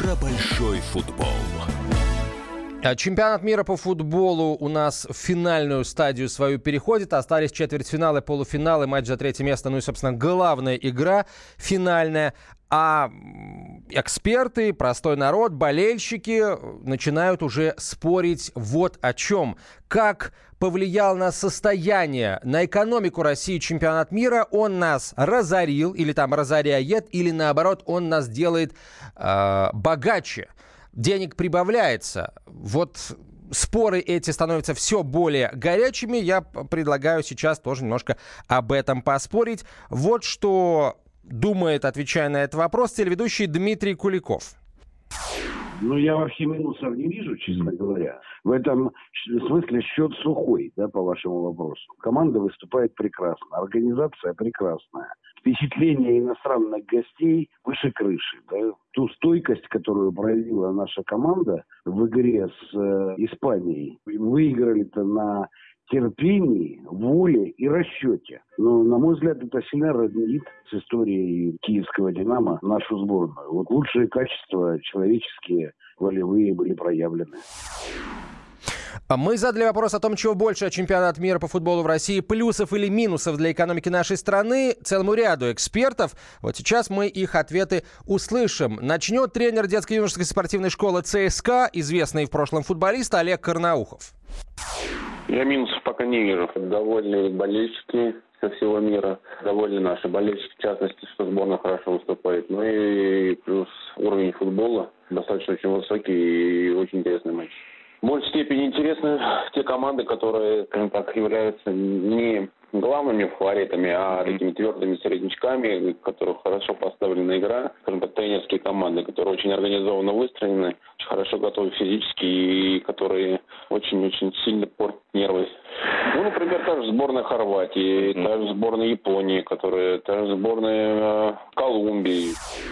про большой футбол. Чемпионат мира по футболу у нас в финальную стадию свою переходит. Остались четвертьфиналы, полуфиналы, матч за третье место. Ну и, собственно, главная игра финальная. А эксперты, простой народ, болельщики начинают уже спорить вот о чем. Как повлиял на состояние, на экономику России чемпионат мира? Он нас разорил или там разоряет, или наоборот, он нас делает богаче. Денег прибавляется. Вот споры эти становятся все более горячими. Я предлагаю сейчас тоже немножко об этом поспорить. Вот что думает, отвечая на этот вопрос, телеведущий Дмитрий Куликов. Ну, я вообще минусов не вижу, честно говоря. В этом смысле счет сухой, да, по вашему вопросу. Команда выступает прекрасно, организация прекрасная. Впечатление иностранных гостей выше крыши. Да. Ту стойкость, которую проявила наша команда в игре с Испанией, выиграли-то на терпении, воле и расчете. Но, на мой взгляд, это сильно разнит с историей киевского «Динамо» нашу сборную. Вот лучшие качества человеческие, волевые были проявлены. Мы задали вопрос о том, чего больше чемпионат мира по футболу в России, плюсов или минусов для экономики нашей страны, целому ряду экспертов. Вот сейчас мы их ответы услышим. Начнет тренер детско-юношеской спортивной школы ЦСКА, известный в прошлом футболист Олег Карнаухов. Я минусов пока не вижу. Довольны болельщики со всего мира. Довольны наши болельщики, в частности, что сборная хорошо выступает. Ну и плюс уровень футбола достаточно очень высокий и очень интересный матч. В большей степени интересны те команды, которые, скажем так, являются не главными фаворитами, а такими твердыми середнячками, у которых хорошо поставлена игра. Скажем так, тренерские команды, которые очень организованно выстроены, очень хорошо готовы физически и которые очень-очень сильно портят нервы. Ну, например, та же сборная Хорватии, та же сборная Японии, та же сборная Колумбии.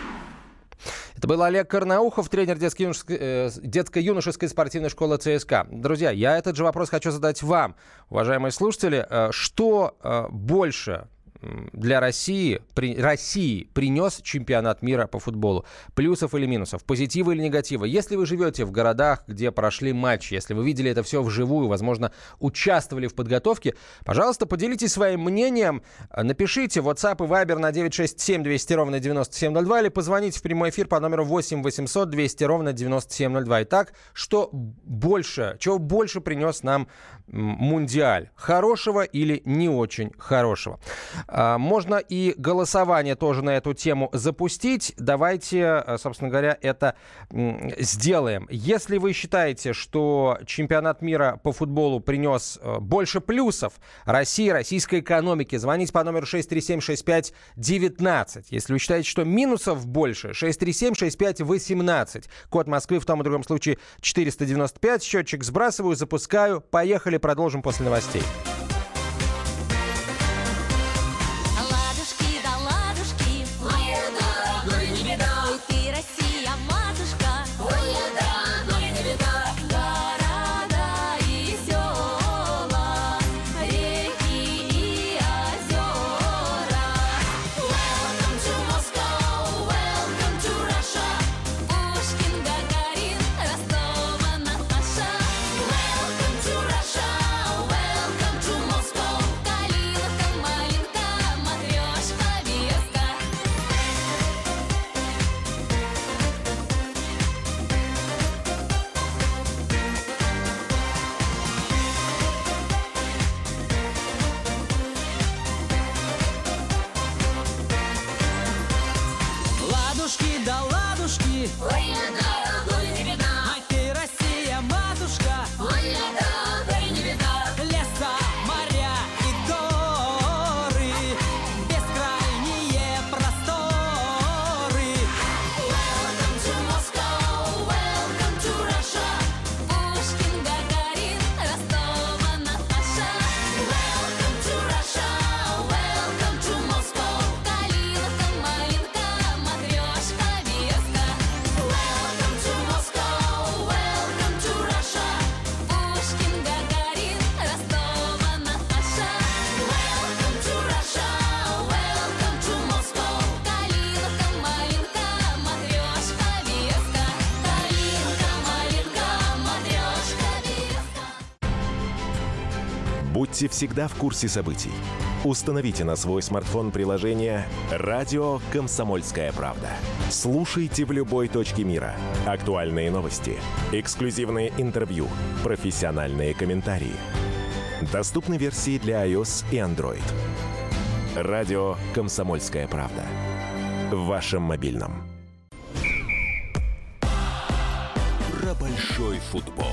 Это был Олег Карнаухов, тренер детско-юношеской спортивной школы ЦСКА. Друзья, я этот же вопрос хочу задать вам, уважаемые слушатели. Что больше для России принес чемпионат мира по футболу? Плюсов или минусов? Позитива или негатива? Если вы живете в городах, где прошли матчи, если вы видели это все вживую, возможно, участвовали в подготовке, пожалуйста, поделитесь своим мнением. Напишите в WhatsApp и Viber на 967 200 ровно 9702 или позвоните в прямой эфир по номеру 8 800 200 ровно 9702. Итак, чего больше принес нам Мундиаль? Хорошего или не очень хорошего? Можно и голосование тоже на эту тему запустить. Давайте, собственно говоря, это сделаем. Если вы считаете, что чемпионат мира по футболу принес больше плюсов России, российской экономике, звоните по номеру 637-65-19. Если вы считаете, что минусов больше, 637-65-18. Код Москвы в том и другом случае 495. Счетчик сбрасываю, запускаю. Поехали, продолжим после новостей. Будьте всегда в курсе событий. Установите на свой смартфон приложение «Радио Комсомольская правда». Слушайте в любой точке мира. Актуальные новости, эксклюзивные интервью, профессиональные комментарии. Доступны версии для iOS и Android. «Радио Комсомольская правда». В вашем мобильном. Про большой футбол.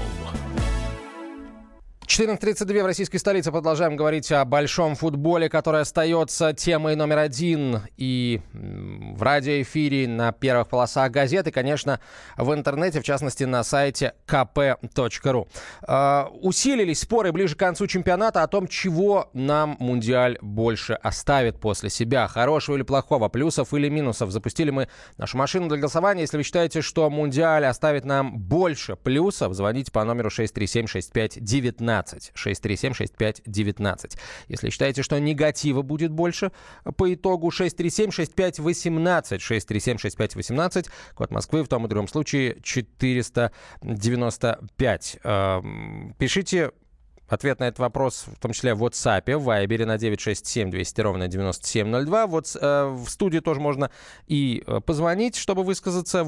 14:32 в российской столице. Продолжаем говорить о большом футболе, который остается темой номер один и в радиоэфире, на первых полосах газет и, конечно, в интернете, в частности, на сайте kp.ru. Усилились споры ближе к концу чемпионата о том, чего нам Мундиаль больше оставит после себя. Хорошего или плохого, плюсов или минусов. Запустили мы нашу машину для голосования. Если вы считаете, что Мундиаль оставит нам больше плюсов, звоните по номеру 637-6519. 637-6519. Если считаете, что негатива будет больше, по итогу 637-6518. 637-6518. Код Москвы в том и другом случае 495. Пишите ответ на этот вопрос, в том числе в WhatsApp, в Viber на 967-200-97-02. Вот в студию тоже можно и позвонить, чтобы высказаться.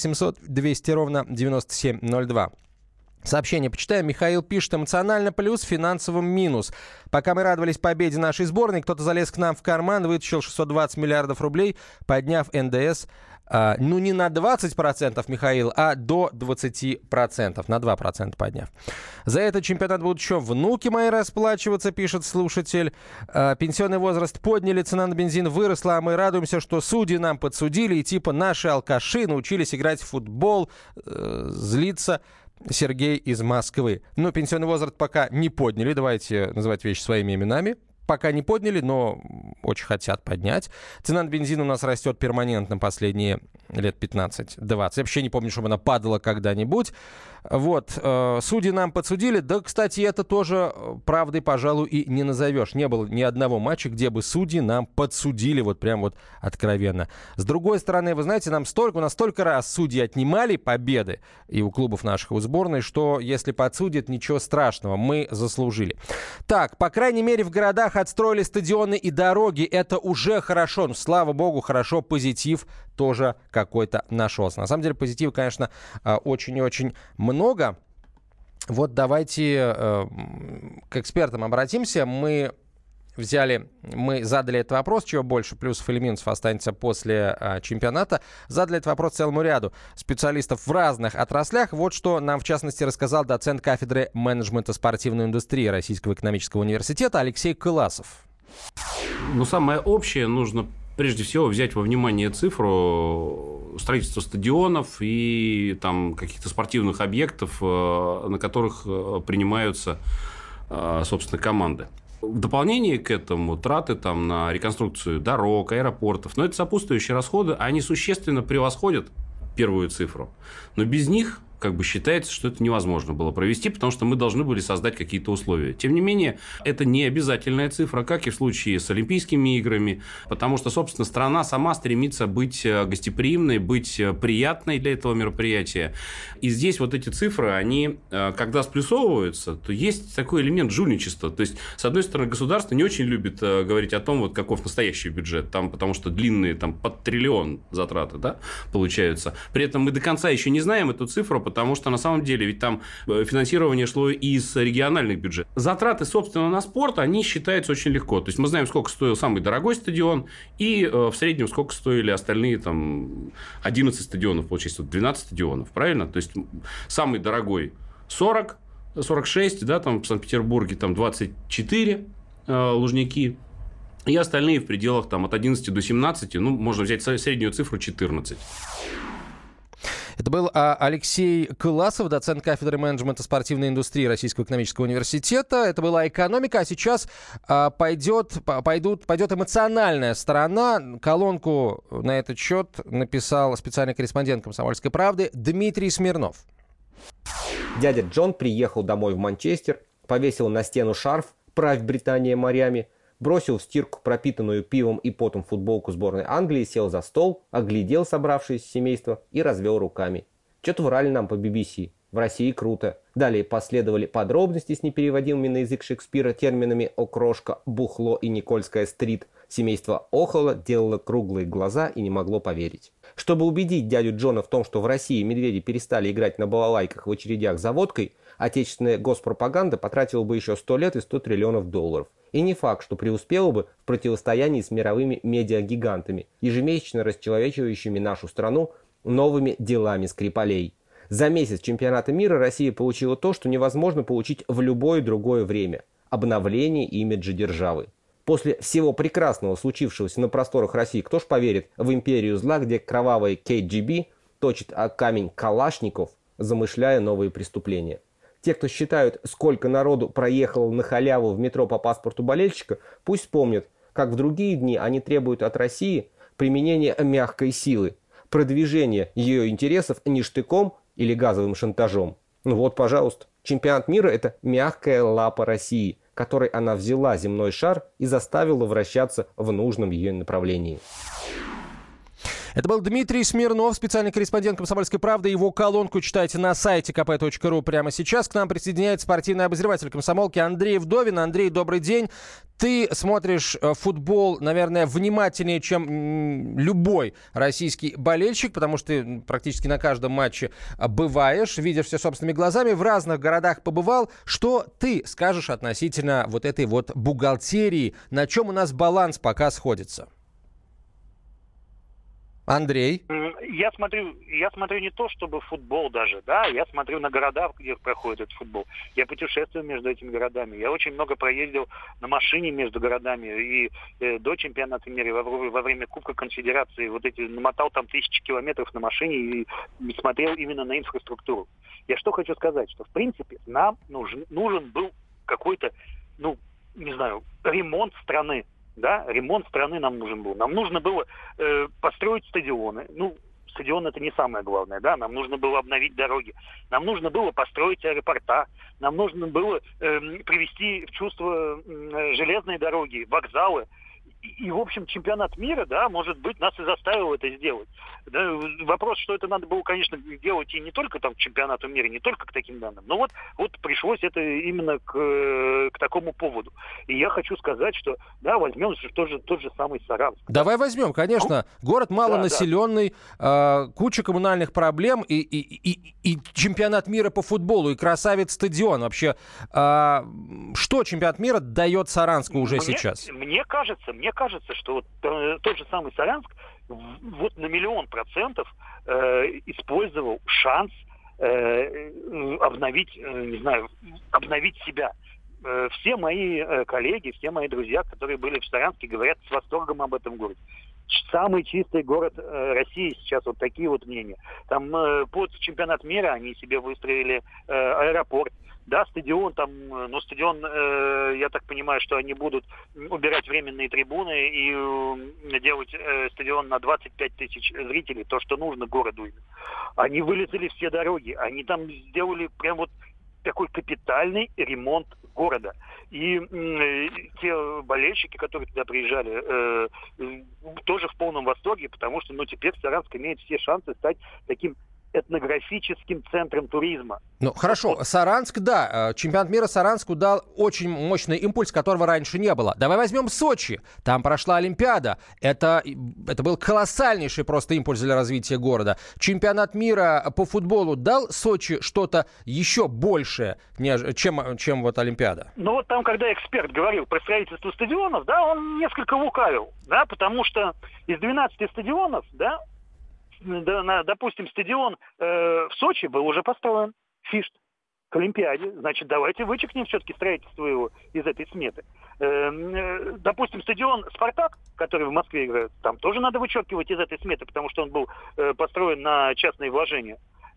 8-800-200-97-02. Сообщение почитаем. Михаил пишет: эмоционально плюс, финансовым минус. Пока мы радовались победе нашей сборной, кто-то залез к нам в карман, вытащил 620 миллиардов рублей, подняв НДС, не на 20%, Михаил, а до 20%. На 2% подняв. За этот чемпионат будут еще внуки мои расплачиваться, пишет слушатель. Пенсионный возраст подняли, цена на бензин выросла, а мы радуемся, что судьи нам подсудили, и типа наши алкаши научились играть в футбол, злиться Сергей из Москвы. Но пенсионный возраст пока не подняли. Давайте называть вещи своими именами. Пока не подняли, но очень хотят поднять. Цена на бензин у нас растет перманентно последние лет 15-20. Я вообще не помню, чтобы она падала когда-нибудь. Вот. Судьи нам подсудили. Да, кстати, это тоже правдой, пожалуй, и не назовешь. Не было ни одного матча, где бы судьи нам подсудили вот прям вот откровенно. С другой стороны, вы знаете, у нас столько раз судьи отнимали победы и у клубов наших, и у сборной, что если подсудят, ничего страшного. Мы заслужили. Так, по крайней мере, в городах отстроили стадионы и дороги. Это уже хорошо. Ну, слава богу, хорошо. Позитив тоже какой-то нашелся. На самом деле позитива, конечно, очень и очень много. Вот давайте к экспертам обратимся. Мы задали этот вопрос, чего больше, плюсов или минусов останется после чемпионата. Задали этот вопрос целому ряду специалистов в разных отраслях. Вот что нам, в частности, рассказал доцент кафедры менеджмента спортивной индустрии Российского экономического университета Алексей Кыласов. Ну, самое общее нужно прежде всего взять во внимание цифру строительства стадионов и там каких-то спортивных объектов, на которых принимаются, собственно, команды. В дополнение к этому траты там на реконструкцию дорог, аэропортов, но это сопутствующие расходы, они существенно превосходят первую цифру. Но без них как бы считается, что это невозможно было провести, потому что мы должны были создать какие-то условия. Тем не менее, это не обязательная цифра, как и в случае с Олимпийскими играми, потому что, собственно, страна сама стремится быть гостеприимной, быть приятной для этого мероприятия. И здесь вот эти цифры, они, когда сплюсовываются, то есть такой элемент жульничества. То есть, с одной стороны, государство не очень любит говорить о том, вот каков настоящий бюджет, там, потому что длинные, там, под триллион затраты, да, получаются. При этом мы до конца еще не знаем эту цифру, потому что на самом деле ведь там финансирование шло из региональных бюджетов. Затраты, собственно, на спорт, они считаются очень легко. То есть мы знаем, сколько стоил самый дорогой стадион и в среднем сколько стоили остальные там 11 стадионов, получается, 12 стадионов, правильно? То есть самый дорогой 40, 46, да, там в Санкт-Петербурге там 24 Лужники. И остальные в пределах там, от 11 до 17, ну, можно взять среднюю цифру 14. Это был Алексей Кыласов, доцент кафедры менеджмента спортивной индустрии Российского экономического университета. Это была экономика, а сейчас пойдет эмоциональная сторона. Колонку на этот счет написал специальный корреспондент «Комсомольской правды» Дмитрий Смирнов. Дядя Джон приехал домой в Манчестер, повесил на стену шарф «Правь Британия морями», бросил в стирку пропитанную пивом и потом футболку сборной Англии, сел за стол, оглядел собравшееся семейство и развел руками. Что-то врали нам по BBC. В России круто. Далее последовали подробности с непереводимыми на язык Шекспира терминами «окрошка», «бухло» и «Никольская стрит». Семейство охало, делало круглые глаза и не могло поверить. Чтобы убедить дядю Джона в том, что в России медведи перестали играть на балалайках в очередях за водкой, отечественная госпропаганда потратила бы еще 100 лет и 100 триллионов долларов. И не факт, что преуспела бы в противостоянии с мировыми медиагигантами, ежемесячно расчеловечивающими нашу страну новыми делами Скрипалей. За месяц чемпионата мира Россия получила то, что невозможно получить в любое другое время – обновление имиджа державы. После всего прекрасного, случившегося на просторах России, кто ж поверит в империю зла, где кровавый КГБ точит о камень калашников, замышляя новые преступления? Те, кто считают, сколько народу проехало на халяву в метро по паспорту болельщика, пусть помнят, как в другие дни они требуют от России применения мягкой силы, продвижения ее интересов не штыком или газовым шантажом. Ну вот, пожалуйста, чемпионат мира – это мягкая лапа России, которой она взяла земной шар и заставила вращаться в нужном ее направлении. Это был Дмитрий Смирнов, специальный корреспондент «Комсомольской правды». Его колонку читайте на сайте kp.ru прямо сейчас. К нам присоединяется спортивный обозреватель «Комсомолки» Андрей Вдовин. Андрей, добрый день. Ты смотришь футбол, наверное, внимательнее, чем любой российский болельщик, потому что ты практически на каждом матче бываешь, видишь все собственными глазами, в разных городах побывал. Что ты скажешь относительно вот этой вот бухгалтерии? На чем у нас баланс пока сходится? Андрей? Я смотрю не то, чтобы футбол даже, да, я смотрю на города, где проходит этот футбол. Я путешествую между этими городами. Я очень много проездил на машине между городами и до чемпионата мира, во время Кубка Конфедерации, намотал там 1000 километров на машине и смотрел именно на инфраструктуру. Я что хочу сказать, что в принципе нам нужен был какой-то, ремонт страны. Да, ремонт страны нам нужен был. Нам нужно было построить стадионы. Стадион — это не самое главное, да. Нам нужно было обновить дороги. Нам нужно было построить аэропорта. Нам нужно было привести в чувство железные дороги, вокзалы. И, в общем, чемпионат мира, да, может быть, нас и заставил это сделать. Да, вопрос, что это надо было, конечно, делать и не только там к чемпионату мира, не только к таким данным. Но вот пришлось это именно к такому поводу. И я хочу сказать, что, да, возьмем тот же самый Саранск. Давай возьмем, конечно. Город малонаселенный, куча коммунальных проблем и чемпионат мира по футболу, и красавец стадион. Вообще, что чемпионат мира дает Саранску уже сейчас? Мне кажется, что тот же самый Саранск вот на 100% использовал шанс обновить себя. Все мои коллеги, все мои друзья, которые были в Саранске, говорят с восторгом об этом городе. Самый чистый город России сейчас, вот такие вот мнения. Там под чемпионат мира они себе выстроили аэропорт. Да, стадион, я так понимаю, что они будут убирать временные трибуны и делать стадион на 25 тысяч зрителей, то, что нужно городу. Они вылезали все дороги, они там сделали прям вот такой капитальный ремонт города. И те болельщики, которые туда приезжали, тоже в полном восторге, потому что теперь Саранск имеет все шансы стать таким этнографическим центром туризма. Хорошо, Саранск, да. Чемпионат мира Саранску дал очень мощный импульс, которого раньше не было. Давай возьмем Сочи. Там прошла Олимпиада. Это был колоссальнейший просто импульс для развития города. Чемпионат мира по футболу дал Сочи что-то еще большее, чем вот Олимпиада? Там, когда эксперт говорил про строительство стадионов, да, он несколько лукавил, да, потому что из 12 стадионов, да, допустим, стадион в Сочи был уже построен, Фишт, к Олимпиаде. Значит, давайте вычеркнем все-таки строительство его из этой сметы. Допустим, стадион «Спартак», который в Москве играет, там тоже надо вычеркивать из этой сметы, потому что он был построен на частные вложения.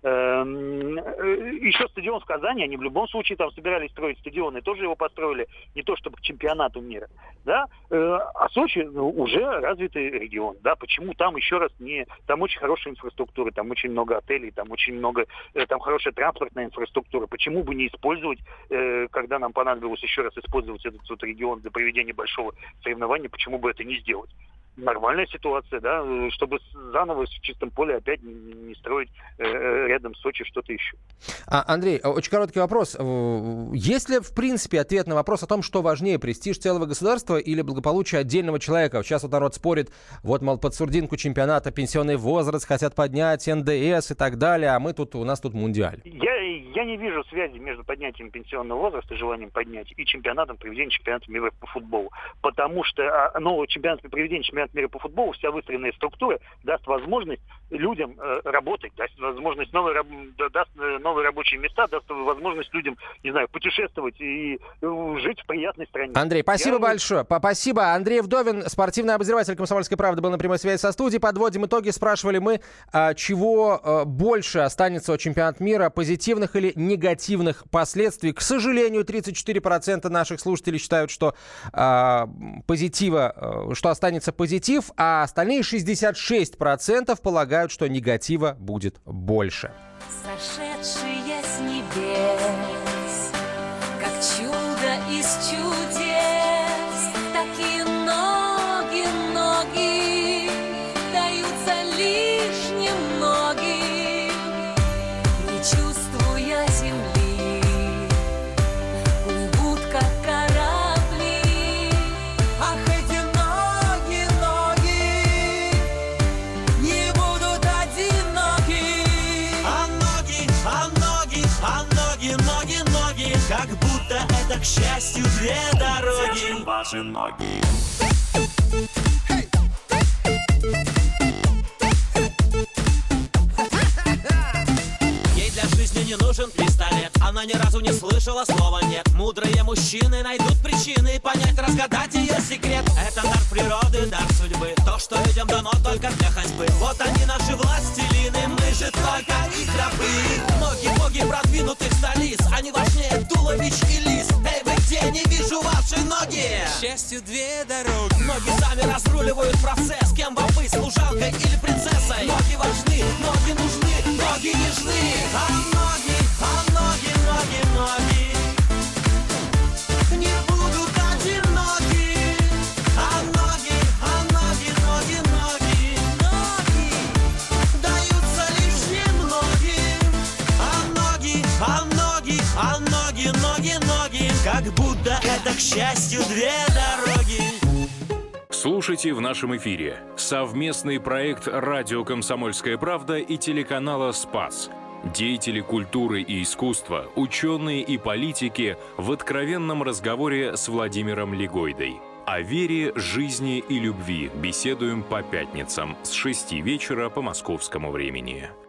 Еще стадион в Казани, они в любом случае там собирались строить стадион, и тоже его построили не то чтобы к чемпионату мира, да, а Сочи уже развитый регион, да, почему там еще раз там очень хорошая инфраструктура, там очень много отелей, там очень много, там хорошая транспортная инфраструктура, почему бы не использовать, когда нам понадобилось еще раз использовать этот регион для проведения большого соревнования, почему бы это не сделать? нормальная ситуация, да, чтобы заново в чистом поле опять не строить рядом с Сочи что-то еще. Андрей, очень короткий вопрос. Есть ли, в принципе, ответ на вопрос о том, что важнее, престиж целого государства или благополучие отдельного человека? Сейчас вот народ спорит, вот, мол, под сурдинку чемпионата пенсионный возраст хотят поднять, НДС и так далее, а у нас тут мундиаль. Я не вижу связи между поднятием пенсионного возраста и желанием поднять и чемпионатом, проведением чемпионата мира по футболу. Потому что проведение чемпионата мира по футболу, вся выстроенная структура даст возможность людям работать, даст возможность даст новые рабочие места, даст возможность людям, не знаю, путешествовать и жить в приятной стране. Андрей, спасибо большое. Спасибо. Андрей Вдовин, спортивный обозреватель «Комсомольской правды», был на прямой связи со студией. Подводим итоги. Спрашивали мы, чего больше останется от чемпионата мира, позитивных или негативных последствий. К сожалению, 34% наших слушателей считают, что что останется позитив, а остальные 66% полагают, что негатива будет больше. Сошедшие с небес, как чудо из чудес, такие ноги даются лишь немногим, не чувствуя земли, плывут как корабли. Ах, эти ноги не будут одиноки. Ноги, как будто это, к счастью, две дороги. Ваши ноги. Ей для жизни не нужен пистолет, она ни разу не слышала слова «нет». Мудрые мужчины найдут причины понять, разгадать ее секрет. Это дар природы, дар судьбы, то, что людям дано только для ходьбы. Вот они наши властелины, мы же только их рабы. Ноги продвинутых столиц, они важнее туловищ и лис. Эй, вы где? Не вижу ваши ноги. К счастью, две дороги. Ноги сами разруливают процесс, кем вам быть, служанкой или принцессой. Ноги важны, ноги нужны, ноги нежны. А ноги не будут одиноки. А ноги даются лишь немногим. Ноги, как будто это, к счастью, две дороги. Слушайте в нашем эфире совместный проект «Радио Комсомольская правда» и телеканала «Спас». Деятели культуры и искусства, ученые и политики в откровенном разговоре с Владимиром Легойдой. О вере, жизни и любви беседуем по пятницам с 6 вечера по московскому времени.